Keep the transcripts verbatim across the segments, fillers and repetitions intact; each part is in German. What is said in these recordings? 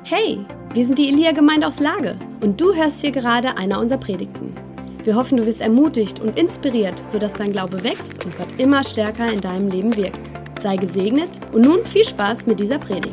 Hey, wir sind die Elia-Gemeinde aus Lage und du hörst hier gerade einer unserer Predigten. Wir hoffen, du wirst ermutigt und inspiriert, sodass dein Glaube wächst und Gott immer stärker in deinem Leben wirkt. Sei gesegnet und nun viel Spaß mit dieser Predigt.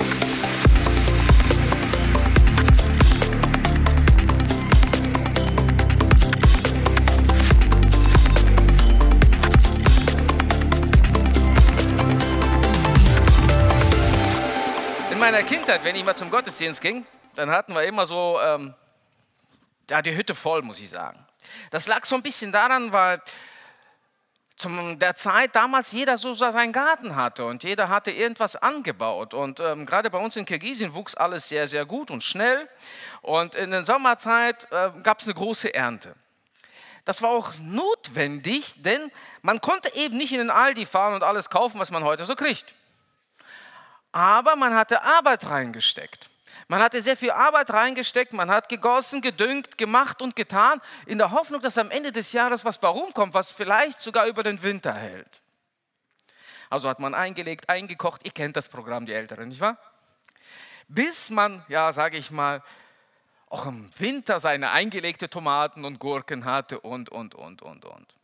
In meiner Kindheit, wenn ich mal zum Gottesdienst ging, dann hatten wir immer so ähm, ja, die Hütte voll, muss ich sagen. Das lag so ein bisschen daran, weil zu der Zeit damals jeder so seinen Garten hatte und jeder hatte irgendwas angebaut. Und ähm, gerade bei uns in Kirgisien wuchs alles sehr, sehr gut und schnell. Und in der Sommerzeit äh, gab es eine große Ernte. Das war auch notwendig, denn man konnte eben nicht in den Aldi fahren und alles kaufen, was man heute so kriegt. Aber man hatte Arbeit reingesteckt. Man hatte sehr viel Arbeit reingesteckt, man hat gegossen, gedüngt, gemacht und getan, in der Hoffnung, dass am Ende des Jahres was bei rumkommt, was vielleicht sogar über den Winter hält. Also hat man eingelegt, eingekocht, ihr kennt das Programm, die Älteren, nicht wahr? Bis man, ja, sage ich mal, auch im Winter seine eingelegte Tomaten und Gurken hatte und, und, und, und, und.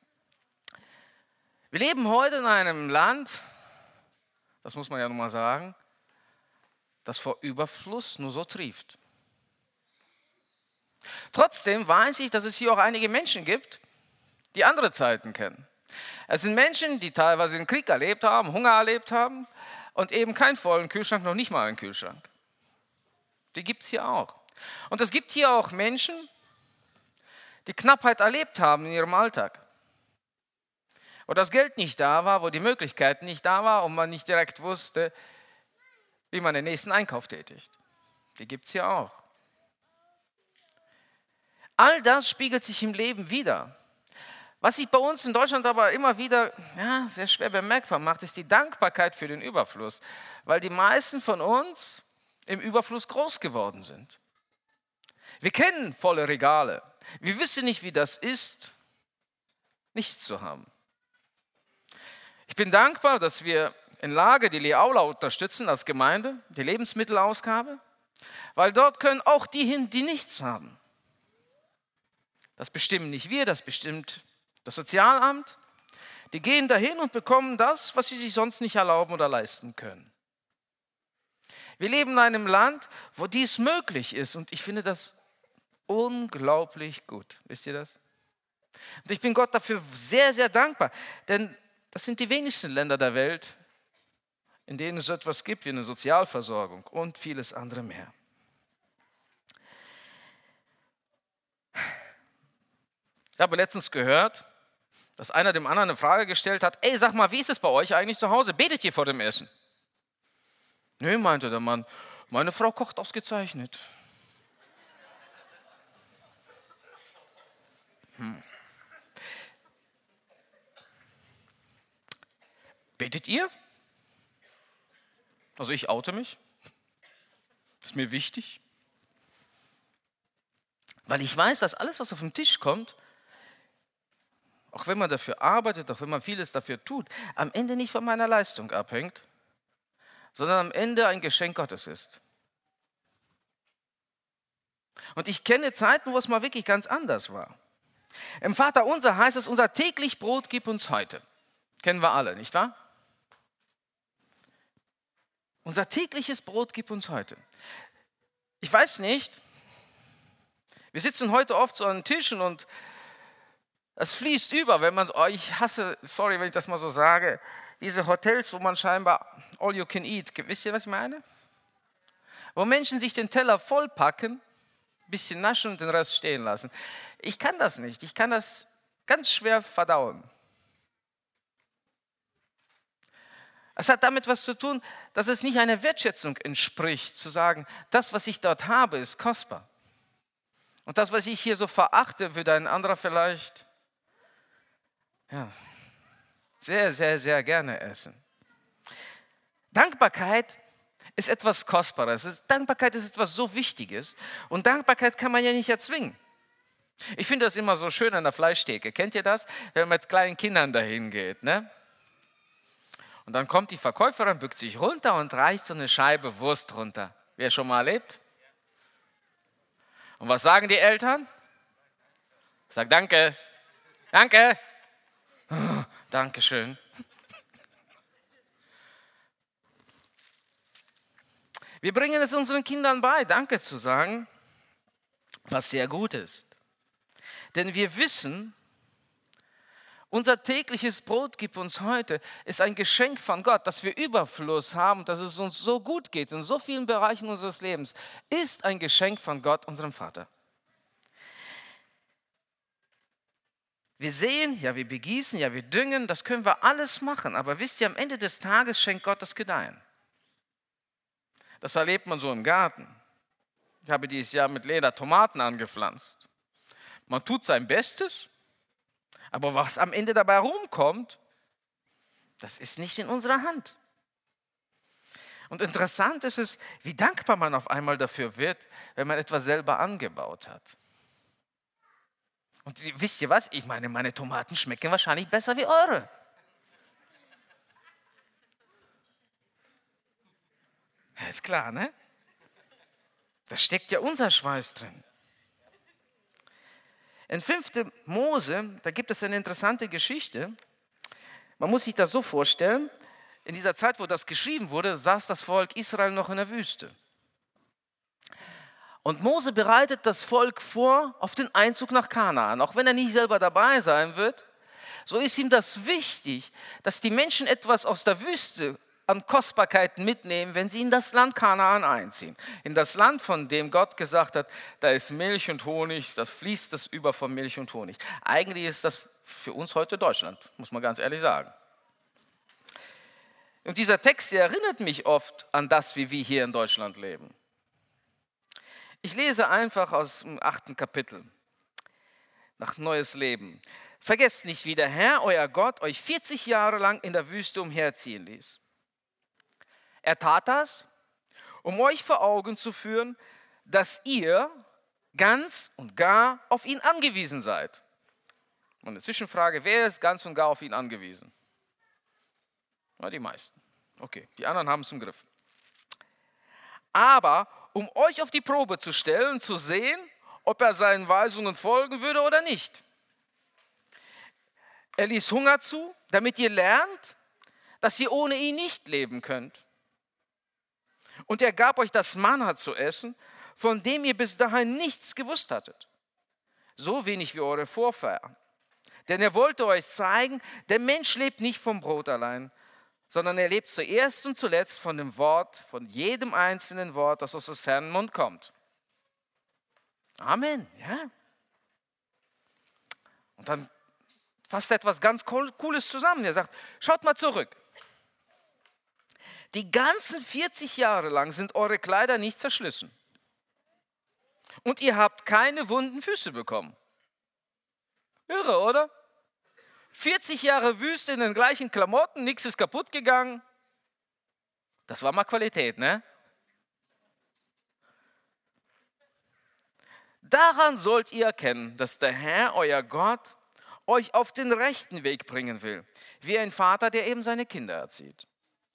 Wir leben heute in einem Land, das muss man ja nun mal sagen, das vor Überfluss nur so trieft. Trotzdem weiß ich, dass es hier auch einige Menschen gibt, die andere Zeiten kennen. Es sind Menschen, die teilweise den Krieg erlebt haben, Hunger erlebt haben und eben keinen vollen Kühlschrank, noch nicht mal einen Kühlschrank. Die gibt es hier auch. Und es gibt hier auch Menschen, die Knappheit erlebt haben in ihrem Alltag. Wo das Geld nicht da war, wo die Möglichkeit nicht da war und man nicht direkt wusste, wie man den nächsten Einkauf tätigt. Die gibt es hier auch. All das spiegelt sich im Leben wider. Was sich bei uns in Deutschland aber immer wieder ja, sehr schwer bemerkbar macht, ist die Dankbarkeit für den Überfluss, weil die meisten von uns im Überfluss groß geworden sind. Wir kennen volle Regale. Wir wissen nicht, wie das ist, nichts zu haben. Ich bin dankbar, dass wir in Lage die Leaula unterstützen als Gemeinde, die Lebensmittelausgabe, weil dort können auch die hin, die nichts haben. Das bestimmen nicht wir, das bestimmt das Sozialamt. Die gehen dahin und bekommen das, was sie sich sonst nicht erlauben oder leisten können. Wir leben in einem Land, wo dies möglich ist und ich finde das unglaublich gut. Wisst ihr das? Und ich bin Gott dafür sehr, sehr dankbar, denn das sind die wenigsten Länder der Welt, in denen es so etwas gibt wie eine Sozialversorgung und vieles andere mehr. Ich habe letztens gehört, dass einer dem anderen eine Frage gestellt hat, ey, sag mal, wie ist es bei euch eigentlich zu Hause? Betet ihr vor dem Essen? Nö, meinte der Mann, meine Frau kocht ausgezeichnet. Hm. Betet ihr? Also ich oute mich. Das ist mir wichtig. Weil ich weiß, dass alles, was auf den Tisch kommt, auch wenn man dafür arbeitet, auch wenn man vieles dafür tut, am Ende nicht von meiner Leistung abhängt, sondern am Ende ein Geschenk Gottes ist. Und ich kenne Zeiten, wo es mal wirklich ganz anders war. Im Vaterunser heißt es, unser täglich Brot gib uns heute. Kennen wir alle, nicht wahr? Unser tägliches Brot gib uns heute. Ich weiß nicht, wir sitzen heute oft so an Tischen und es fließt über, wenn man, oh, ich hasse, sorry, wenn ich das mal so sage, diese Hotels, wo man scheinbar all you can eat, wisst ihr, was ich meine? Wo Menschen sich den Teller vollpacken, ein bisschen naschen und den Rest stehen lassen. Ich kann das nicht, ich kann das ganz schwer verdauen. Es hat damit was zu tun, dass es nicht einer Wertschätzung entspricht, zu sagen, das, was ich dort habe, ist kostbar. Und das, was ich hier so verachte, würde ein anderer vielleicht ja, sehr, sehr, sehr gerne essen. Dankbarkeit ist etwas Kostbares. Dankbarkeit ist etwas so Wichtiges. Und Dankbarkeit kann man ja nicht erzwingen. Ich finde das immer so schön an der Fleischtheke. Kennt ihr das? Wenn man mit kleinen Kindern dahin geht, ne? Und dann kommt die Verkäuferin, bückt sich runter und reicht so eine Scheibe Wurst runter. Wer schon mal erlebt? Und was sagen die Eltern? Sag danke. Danke. Oh, Dankeschön. Wir bringen es unseren Kindern bei, Danke zu sagen, was sehr gut ist. Denn wir wissen, unser tägliches Brot gib uns heute ist ein Geschenk von Gott, dass wir Überfluss haben, dass es uns so gut geht in so vielen Bereichen unseres Lebens, ist ein Geschenk von Gott, unserem Vater. Wir sehen, ja, wir begießen, ja, wir düngen, das können wir alles machen. Aber wisst ihr, am Ende des Tages schenkt Gott das Gedeihen. Das erlebt man so im Garten. Ich habe dieses Jahr mit Leder Tomaten angepflanzt. Man tut sein Bestes, aber was am Ende dabei rumkommt, das ist nicht in unserer Hand. Und interessant ist es, wie dankbar man auf einmal dafür wird, wenn man etwas selber angebaut hat. Und wisst ihr was? Ich meine, meine Tomaten schmecken wahrscheinlich besser wie eure. Ja, ist klar, ne? Da steckt ja unser Schweiß drin. In fünften Mose, da gibt es eine interessante Geschichte. Man muss sich das so vorstellen, in dieser Zeit, wo das geschrieben wurde, saß das Volk Israel noch in der Wüste. Und Mose bereitet das Volk vor auf den Einzug nach Kanaan. Auch wenn er nicht selber dabei sein wird, so ist ihm das wichtig, dass die Menschen etwas aus der Wüste an Kostbarkeiten mitnehmen, wenn sie in das Land Kanaan einziehen. In das Land, von dem Gott gesagt hat, da ist Milch und Honig, da fließt das über von Milch und Honig. Eigentlich ist das für uns heute Deutschland, muss man ganz ehrlich sagen. Und dieser Text erinnert mich oft an das, wie wir hier in Deutschland leben. Ich lese einfach aus dem achten Kapitel, nach Neues Leben. Vergesst nicht, wie der Herr, euer Gott, euch vierzig Jahre lang in der Wüste umherziehen ließ. Er tat das, um euch vor Augen zu führen, dass ihr ganz und gar auf ihn angewiesen seid. Und eine Zwischenfrage, wer ist ganz und gar auf ihn angewiesen? Na, die meisten. Okay, die anderen haben es im Griff. Aber um euch auf die Probe zu stellen, zu sehen, ob er seinen Weisungen folgen würde oder nicht. Er ließ Hunger zu, damit ihr lernt, dass ihr ohne ihn nicht leben könnt. Und er gab euch das Manna zu essen, von dem ihr bis dahin nichts gewusst hattet. So wenig wie eure Vorfahren. Denn er wollte euch zeigen, der Mensch lebt nicht vom Brot allein, sondern er lebt zuerst und zuletzt von dem Wort, von jedem einzelnen Wort, das aus des Herrn Mund kommt. Amen. Ja. Und dann fasst er etwas ganz Cooles zusammen. Er sagt, schaut mal zurück. Die ganzen vierzig Jahre lang sind eure Kleider nicht zerschlissen. Und ihr habt keine wunden Füße bekommen. Irre, oder? vierzig Jahre Wüste in den gleichen Klamotten, nichts ist kaputt gegangen. Das war mal Qualität, ne? Daran sollt ihr erkennen, dass der Herr, euer Gott, euch auf den rechten Weg bringen will, wie ein Vater, der eben seine Kinder erzieht.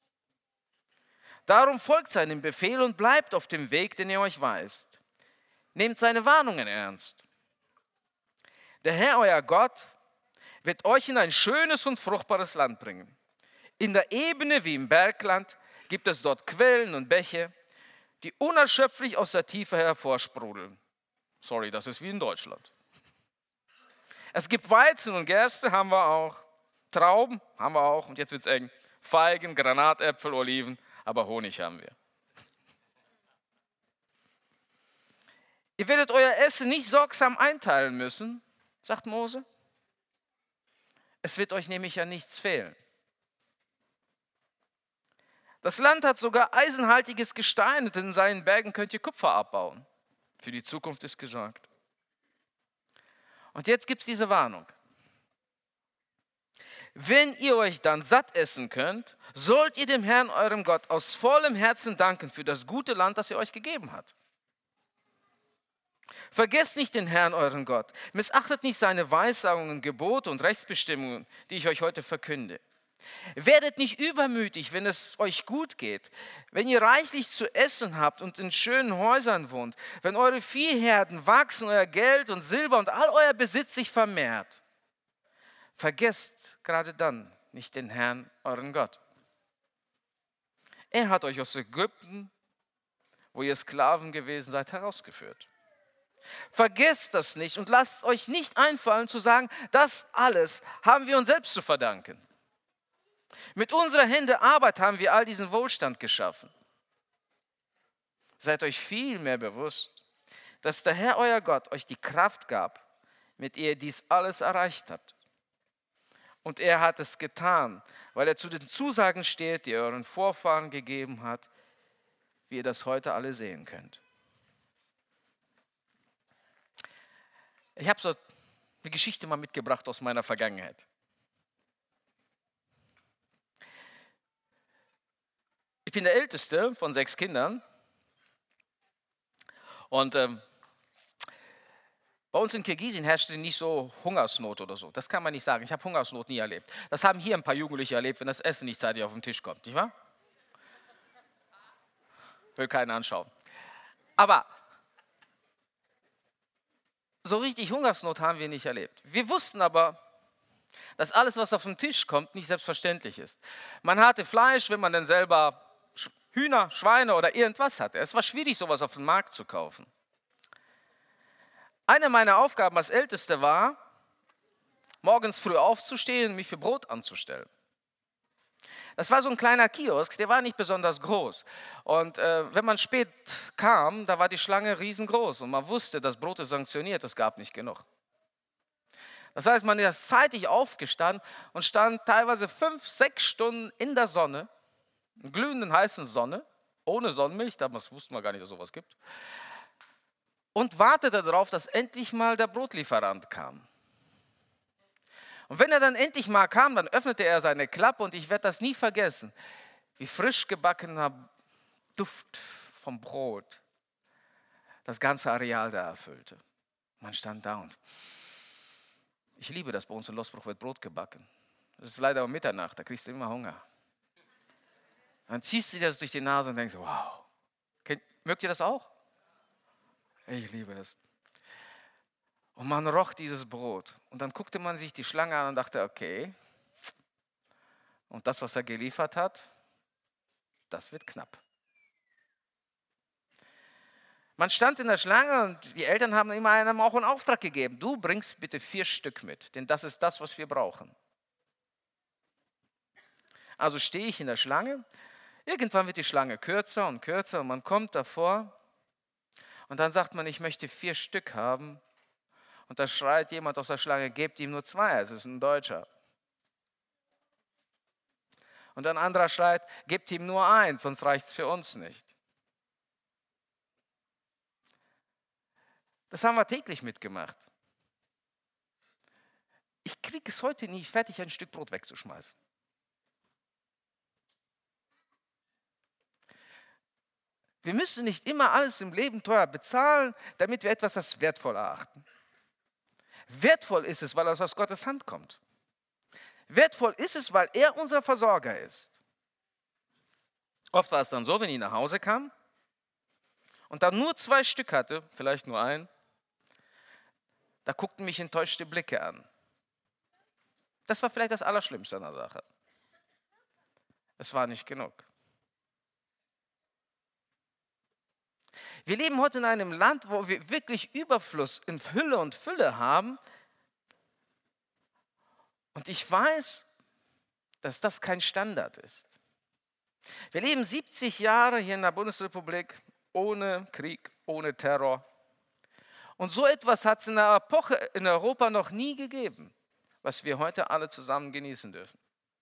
Darum folgt seinem Befehl und bleibt auf dem Weg, den er euch weist. Nehmt seine Warnungen ernst. Der Herr, euer Gott, wird euch in ein schönes und fruchtbares Land bringen. In der Ebene wie im Bergland gibt es dort Quellen und Bäche, die unerschöpflich aus der Tiefe hervorsprudeln. Sorry, das ist wie in Deutschland. Es gibt Weizen und Gerste, haben wir auch. Trauben haben wir auch. Und jetzt wird es eng. Feigen, Granatäpfel, Oliven, aber Honig haben wir. Ihr werdet euer Essen nicht sorgsam einteilen müssen, sagt Mose. Es wird euch nämlich ja nichts fehlen. Das Land hat sogar eisenhaltiges Gestein und in seinen Bergen könnt ihr Kupfer abbauen. Für die Zukunft ist gesagt. Und jetzt gibt es diese Warnung. Wenn ihr euch dann satt essen könnt, sollt ihr dem Herrn, eurem Gott, aus vollem Herzen danken für das gute Land, das er euch gegeben hat. Vergesst nicht den Herrn, euren Gott. Missachtet nicht seine Weissagungen, Gebote und Rechtsbestimmungen, die ich euch heute verkünde. Werdet nicht übermütig, wenn es euch gut geht, wenn ihr reichlich zu essen habt und in schönen Häusern wohnt, wenn eure Viehherden wachsen, euer Geld und Silber und all euer Besitz sich vermehrt. Vergesst gerade dann nicht den Herrn, euren Gott. Er hat euch aus Ägypten, wo ihr Sklaven gewesen seid, herausgeführt. Vergesst das nicht und lasst euch nicht einfallen zu sagen, das alles haben wir uns selbst zu verdanken. Mit unserer Hände Arbeit haben wir all diesen Wohlstand geschaffen. Seid euch vielmehr bewusst, dass der Herr, euer Gott, euch die Kraft gab, mit der ihr dies alles erreicht habt. Und er hat es getan, weil er zu den Zusagen steht, die er euren Vorfahren gegeben hat, wie ihr das heute alle sehen könnt. Ich habe so eine Geschichte mal mitgebracht aus meiner Vergangenheit. Ich bin der Älteste von sechs Kindern und ähm, bei uns in Kirgisien herrschte nicht so Hungersnot oder so. Das kann man nicht sagen. Ich habe Hungersnot nie erlebt. Das haben hier ein paar Jugendliche erlebt, wenn das Essen nicht zeitig auf den Tisch kommt, nicht wahr? Will keiner anschauen. Aber so richtig Hungersnot haben wir nicht erlebt. Wir wussten aber, dass alles, was auf den Tisch kommt, nicht selbstverständlich ist. Man hatte Fleisch, wenn man dann selber Hühner, Schweine oder irgendwas hatte. Es war schwierig, sowas auf dem Markt zu kaufen. Eine meiner Aufgaben als Älteste war, morgens früh aufzustehen und mich für Brot anzustellen. Das war so ein kleiner Kiosk, der war nicht besonders groß. Und äh, wenn man spät kam, da war die Schlange riesengroß. Und man wusste, das Brot ist sanktioniert, es gab nicht genug. Das heißt, man ist zeitig aufgestanden und stand teilweise fünf, sechs Stunden in der Sonne, in glühenden heißen Sonne, ohne Sonnenmilch, damals wussten wir gar nicht, dass es sowas gibt, und wartete darauf, dass endlich mal der Brotlieferant kam. Und wenn er dann endlich mal kam, dann öffnete er seine Klappe und ich werde das nie vergessen, wie frisch gebackener Duft vom Brot das ganze Areal da erfüllte. Man stand da und ich liebe das, bei uns in Losbruch wird Brot gebacken. Das ist leider um Mitternacht, da kriegst du immer Hunger. Dann ziehst du dir das durch die Nase und denkst, wow, Kennt, mögt ihr das auch? Ich liebe es. Und man roch dieses Brot. Und dann guckte man sich die Schlange an und dachte, okay, und das, was er geliefert hat, das wird knapp. Man stand in der Schlange und die Eltern haben immer einem auch einen Auftrag gegeben. Du bringst bitte vier Stück mit, denn das ist das, was wir brauchen. Also stehe ich in der Schlange. Irgendwann wird die Schlange kürzer und kürzer und man kommt davor. Und dann sagt man, ich möchte vier Stück haben. Und da schreit jemand aus der Schlange, gebt ihm nur zwei, es ist ein Deutscher. Und ein anderer schreit, gebt ihm nur eins, sonst reicht es für uns nicht. Das haben wir täglich mitgemacht. Ich kriege es heute nicht fertig, ein Stück Brot wegzuschmeißen. Wir müssen nicht immer alles im Leben teuer bezahlen, damit wir etwas als wertvoll erachten. Wertvoll ist es, weil es aus Gottes Hand kommt. Wertvoll ist es, weil er unser Versorger ist. Oft war es dann so, wenn ich nach Hause kam und dann nur zwei Stück hatte, vielleicht nur ein, da guckten mich enttäuschte Blicke an. Das war vielleicht das Allerschlimmste an der Sache. Es war nicht genug. Wir leben heute in einem Land, wo wir wirklich Überfluss in Hülle und Fülle haben. Und ich weiß, dass das kein Standard ist. Wir leben siebzig Jahre hier in der Bundesrepublik ohne Krieg, ohne Terror. Und so etwas hat es in der Epoche in Europa noch nie gegeben, was wir heute alle zusammen genießen dürfen.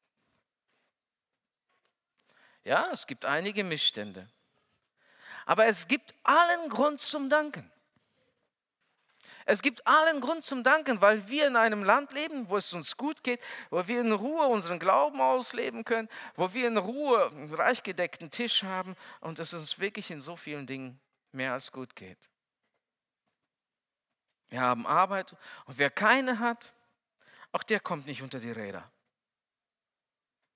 Ja, es gibt einige Missstände. Aber es gibt allen Grund zum Danken. Es gibt allen Grund zum Danken, weil wir in einem Land leben, wo es uns gut geht, wo wir in Ruhe unseren Glauben ausleben können, wo wir in Ruhe einen reich gedeckten Tisch haben und es uns wirklich in so vielen Dingen mehr als gut geht. Wir haben Arbeit und wer keine hat, auch der kommt nicht unter die Räder.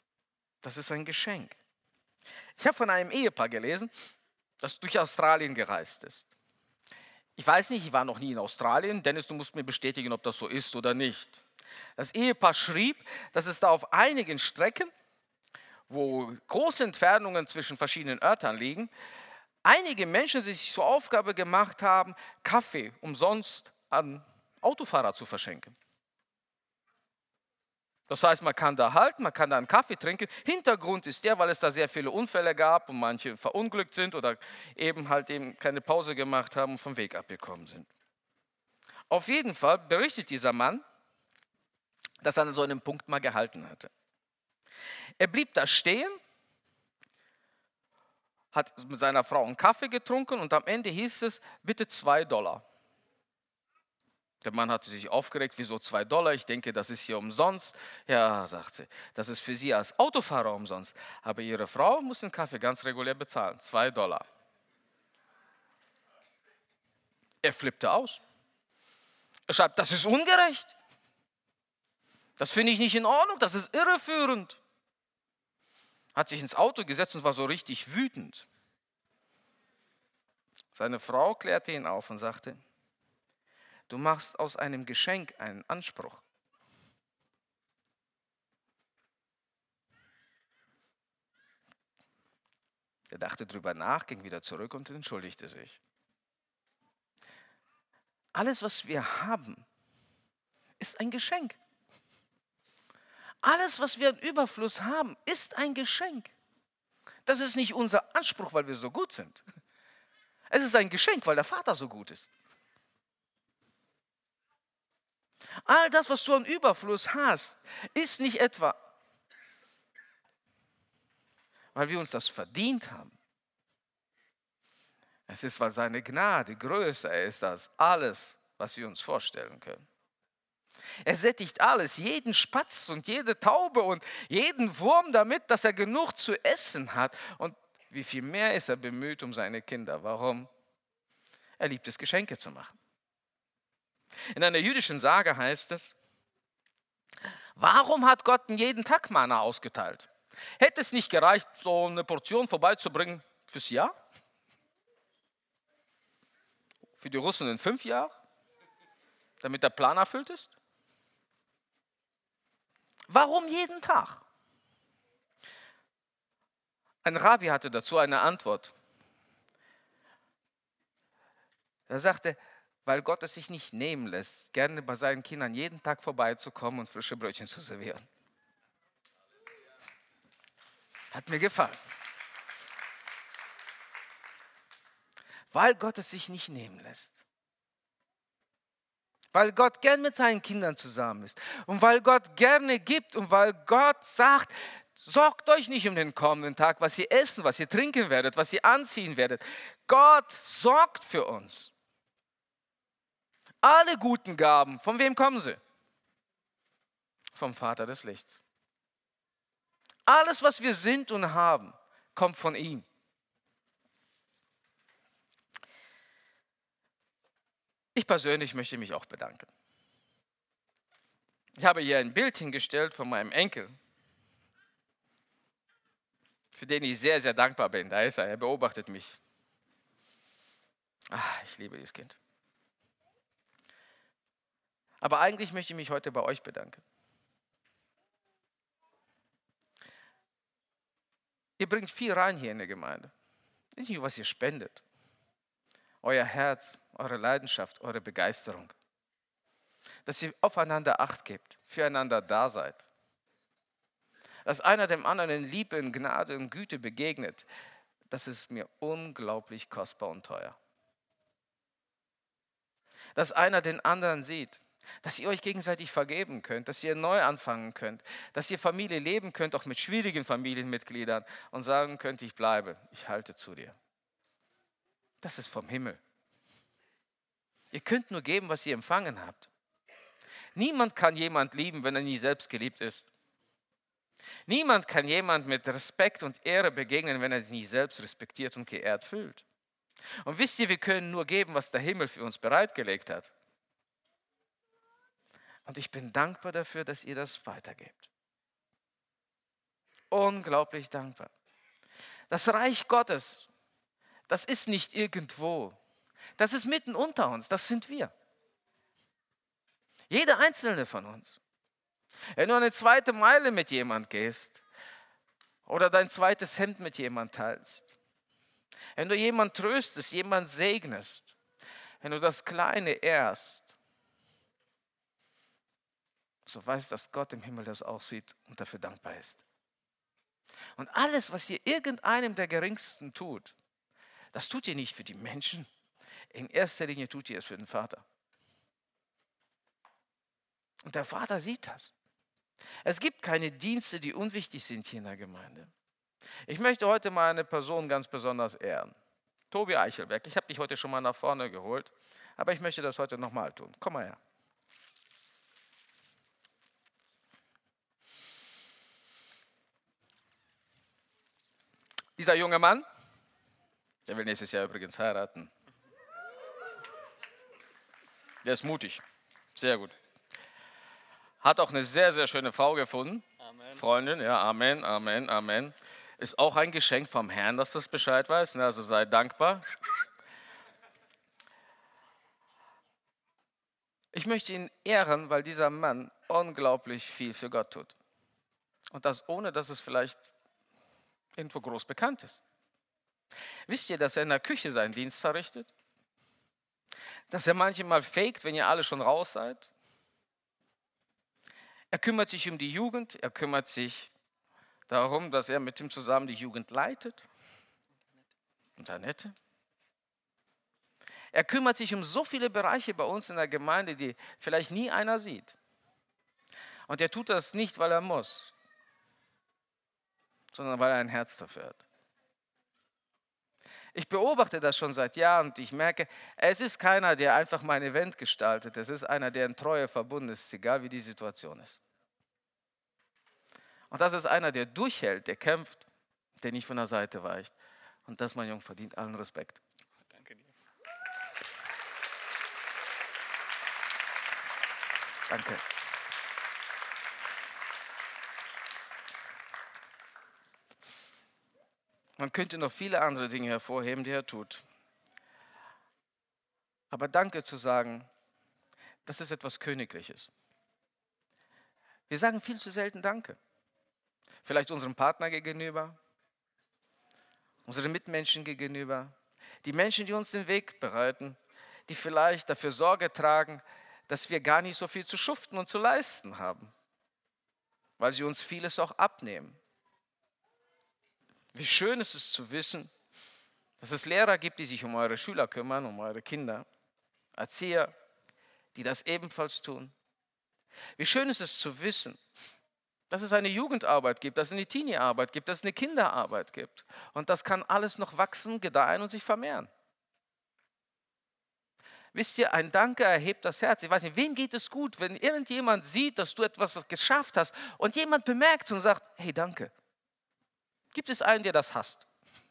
Das ist ein Geschenk. Ich habe von einem Ehepaar gelesen, das durch Australien gereist ist. Ich weiß nicht, ich war noch nie in Australien. Dennis, du musst mir bestätigen, ob das so ist oder nicht. Das Ehepaar schrieb, dass es da auf einigen Strecken, wo große Entfernungen zwischen verschiedenen Örtern liegen, einige Menschen sich zur Aufgabe gemacht haben, Kaffee umsonst an Autofahrer zu verschenken. Das heißt, man kann da halten, man kann da einen Kaffee trinken. Hintergrund ist der, weil es da sehr viele Unfälle gab und manche verunglückt sind oder eben halt eben keine Pause gemacht haben und vom Weg abgekommen sind. Auf jeden Fall berichtet dieser Mann, dass er an so einem Punkt mal gehalten hatte. Er blieb da stehen, hat mit seiner Frau einen Kaffee getrunken und am Ende hieß es, bitte zwei Dollar. Der Mann hatte sich aufgeregt, wieso zwei Dollar? Ich denke, das ist hier umsonst. Ja, sagt sie, das ist für Sie als Autofahrer umsonst. Aber Ihre Frau muss den Kaffee ganz regulär bezahlen, zwei Dollar. Er flippte aus. Er schreibt, das ist ungerecht. Das finde ich nicht in Ordnung, das ist irreführend. Hat sich ins Auto gesetzt und war so richtig wütend. Seine Frau klärte ihn auf und sagte, du machst aus einem Geschenk einen Anspruch. Er dachte drüber nach, ging wieder zurück und entschuldigte sich. Alles, was wir haben, ist ein Geschenk. Alles, was wir in Überfluss haben, ist ein Geschenk. Das ist nicht unser Anspruch, weil wir so gut sind. Es ist ein Geschenk, weil der Vater so gut ist. All das, was du an Überfluss hast, ist nicht etwa, weil wir uns das verdient haben. Es ist, weil seine Gnade größer ist als alles, was wir uns vorstellen können. Er sättigt alles, jeden Spatz und jede Taube und jeden Wurm damit, dass er genug zu essen hat. Und wie viel mehr ist er bemüht um seine Kinder? Warum? Er liebt es, Geschenke zu machen. In einer jüdischen Sage heißt es, warum hat Gott jeden Tag Manna ausgeteilt? Hätte es nicht gereicht, so eine Portion vorbeizubringen fürs Jahr? Für die Russen in fünf Jahren? Damit der Plan erfüllt ist? Warum jeden Tag? Ein Rabbi hatte dazu eine Antwort. Er sagte, weil Gott es sich nicht nehmen lässt, gerne bei seinen Kindern jeden Tag vorbeizukommen und frische Brötchen zu servieren. Hat mir gefallen. Weil Gott es sich nicht nehmen lässt. Weil Gott gern mit seinen Kindern zusammen ist. Und weil Gott gerne gibt und weil Gott sagt, sorgt euch nicht um den kommenden Tag, was ihr essen, was ihr trinken werdet, was ihr anziehen werdet. Gott sorgt für uns. Alle guten Gaben, von wem kommen sie? Vom Vater des Lichts. Alles, was wir sind und haben, kommt von ihm. Ich persönlich möchte mich auch bedanken. Ich habe hier ein Bild hingestellt von meinem Enkel, für den ich sehr, sehr dankbar bin. Da ist er, er beobachtet mich. Ach, ich liebe dieses Kind. Aber eigentlich möchte ich mich heute bei euch bedanken. Ihr bringt viel rein hier in der Gemeinde. Nicht nur, was ihr spendet. Euer Herz, eure Leidenschaft, eure Begeisterung. Dass ihr aufeinander Acht gebt, füreinander da seid. Dass einer dem anderen in Liebe, in Gnade und Güte begegnet. Das ist mir unglaublich kostbar und teuer. Dass einer den anderen sieht. Dass ihr euch gegenseitig vergeben könnt, dass ihr neu anfangen könnt, dass ihr Familie leben könnt, auch mit schwierigen Familienmitgliedern und sagen könnt, ich bleibe, ich halte zu dir. Das ist vom Himmel. Ihr könnt nur geben, was ihr empfangen habt. Niemand kann jemand lieben, wenn er nie selbst geliebt ist. Niemand kann jemand mit Respekt und Ehre begegnen, wenn er sich nie selbst respektiert und geehrt fühlt. Und wisst ihr, wir können nur geben, was der Himmel für uns bereitgelegt hat. Und ich bin dankbar dafür, dass ihr das weitergebt. unglaublich dankbar. Das Reich Gottes, das ist nicht irgendwo. Das ist mitten unter uns, das sind wir. Jeder einzelne von uns. Wenn du eine zweite Meile mit jemand gehst oder dein zweites Hemd mit jemand teilst, wenn du jemand tröstest, jemand segnest, wenn du das Kleine ehrst, so weißt, dass Gott im Himmel das auch sieht und dafür dankbar ist. Und alles, was ihr irgendeinem der Geringsten tut, das tut ihr nicht für die Menschen. In erster Linie tut ihr es für den Vater. Und der Vater sieht das. Es gibt keine Dienste, die unwichtig sind hier in der Gemeinde. Ich möchte heute mal eine Person ganz besonders ehren. Tobi Eichelberg. Ich habe dich heute schon mal nach vorne geholt, aber ich möchte das heute nochmal tun. Komm mal her. Dieser junge Mann, der will nächstes Jahr übrigens heiraten. Der ist mutig, sehr gut. Hat auch eine sehr, sehr schöne Frau gefunden. Amen. Freundin, ja, Amen, Amen, Amen. Ist auch ein Geschenk vom Herrn, dass das Bescheid weiß. Also sei dankbar. Ich möchte ihn ehren, weil dieser Mann unglaublich viel für Gott tut. Und das ohne, dass es vielleicht irgendwo groß bekannt ist. Wisst ihr, dass er in der Küche seinen Dienst verrichtet? Dass er manchmal faked, wenn ihr alle schon raus seid? Er kümmert sich um die Jugend, er kümmert sich darum, dass er mit ihm zusammen die Jugend leitet. Und Annette. Er kümmert sich um so viele Bereiche bei uns in der Gemeinde, die vielleicht nie einer sieht. Und er tut das nicht, weil er muss, sondern weil er ein Herz dafür hat. Ich beobachte das schon seit Jahren und ich merke, es ist keiner, der einfach mein Event gestaltet. Es ist einer, der in Treue verbunden ist, egal wie die Situation ist. Und das ist einer, der durchhält, der kämpft, der nicht von der Seite weicht. Und das, mein Junge, verdient allen Respekt. Danke dir. Danke. Man könnte noch viele andere Dinge hervorheben, die er tut. Aber Danke zu sagen, das ist etwas Königliches. Wir sagen viel zu selten Danke. Vielleicht unserem Partner gegenüber, unseren Mitmenschen gegenüber, die Menschen, die uns den Weg bereiten, die vielleicht dafür Sorge tragen, dass wir gar nicht so viel zu schuften und zu leisten haben, weil sie uns vieles auch abnehmen. Wie schön ist es zu wissen, dass es Lehrer gibt, die sich um eure Schüler kümmern, um eure Kinder, Erzieher, die das ebenfalls tun. Wie schön ist es zu wissen, dass es eine Jugendarbeit gibt, dass es eine Teenie-Arbeit gibt, dass es eine Kinderarbeit gibt. Und das kann alles noch wachsen, gedeihen und sich vermehren. Wisst ihr, ein Danke erhebt das Herz. Ich weiß nicht, wem geht es gut, wenn irgendjemand sieht, dass du etwas was geschafft hast und jemand bemerkt und sagt, hey, danke. Gibt es einen, der das hasst?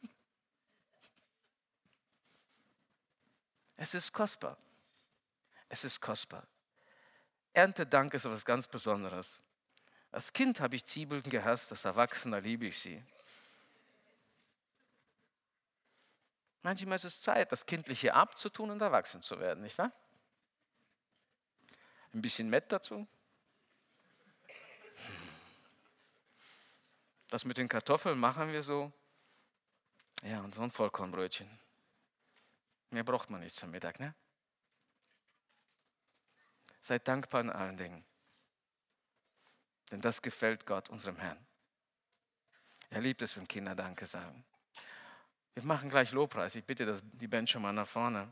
Es ist kostbar. Es ist kostbar. Erntedank ist etwas ganz Besonderes. Als Kind habe ich Zwiebeln gehasst, als Erwachsener liebe ich sie. Manchmal ist es Zeit, das Kindliche abzutun und erwachsen zu werden, nicht wahr? Ein bisschen Mett dazu. Das mit den Kartoffeln machen wir so. Ja, und so ein Vollkornbrötchen. Mehr braucht man nicht zum Mittag, ne? Seid dankbar in allen Dingen. Denn das gefällt Gott, unserem Herrn. Er liebt es, wenn Kinder Danke sagen. Wir machen gleich Lobpreis. Ich bitte das, die Band schon mal nach vorne.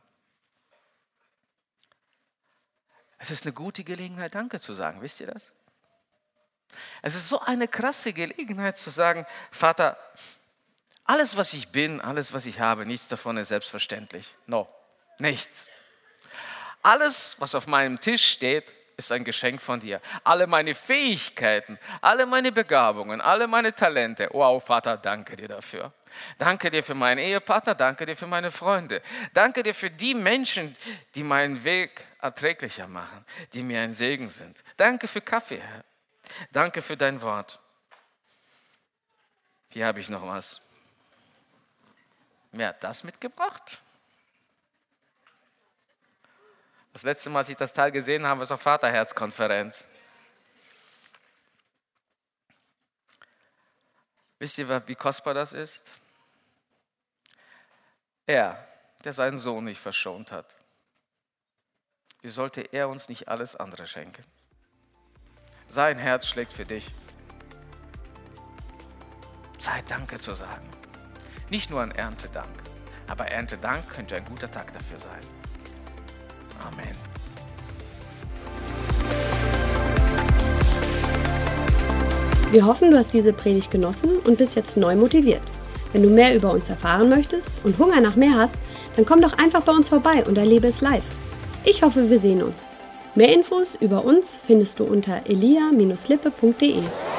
Es ist eine gute Gelegenheit, Danke zu sagen. Wisst ihr das? Es ist so eine krasse Gelegenheit zu sagen, Vater, alles, was ich bin, alles, was ich habe, nichts davon ist selbstverständlich. No, nichts. Alles, was auf meinem Tisch steht, ist ein Geschenk von dir. Alle meine Fähigkeiten, alle meine Begabungen, alle meine Talente. Wow, Vater, danke dir dafür. Danke dir für meinen Ehepartner, danke dir für meine Freunde. Danke dir für die Menschen, die meinen Weg erträglicher machen, die mir ein Segen sind. Danke für Kaffee, Herr. Danke für dein Wort. Hier habe ich noch was. Wer hat das mitgebracht? Das letzte Mal, als ich das Teil gesehen habe, war es auf Vaterherzkonferenz. Wisst ihr, wie kostbar das ist? Er, der seinen Sohn nicht verschont hat. Wie sollte er uns nicht alles andere schenken? Sein Herz schlägt für dich. Zeit, Danke zu sagen. Nicht nur ein Erntedank, aber Erntedank könnte ein guter Tag dafür sein. Amen. Wir hoffen, du hast diese Predigt genossen und bist jetzt neu motiviert. Wenn du mehr über uns erfahren möchtest und Hunger nach mehr hast, dann komm doch einfach bei uns vorbei und erlebe es live. Ich hoffe, wir sehen uns. Mehr Infos über uns findest du unter elia Bindestrich lippe punkt de.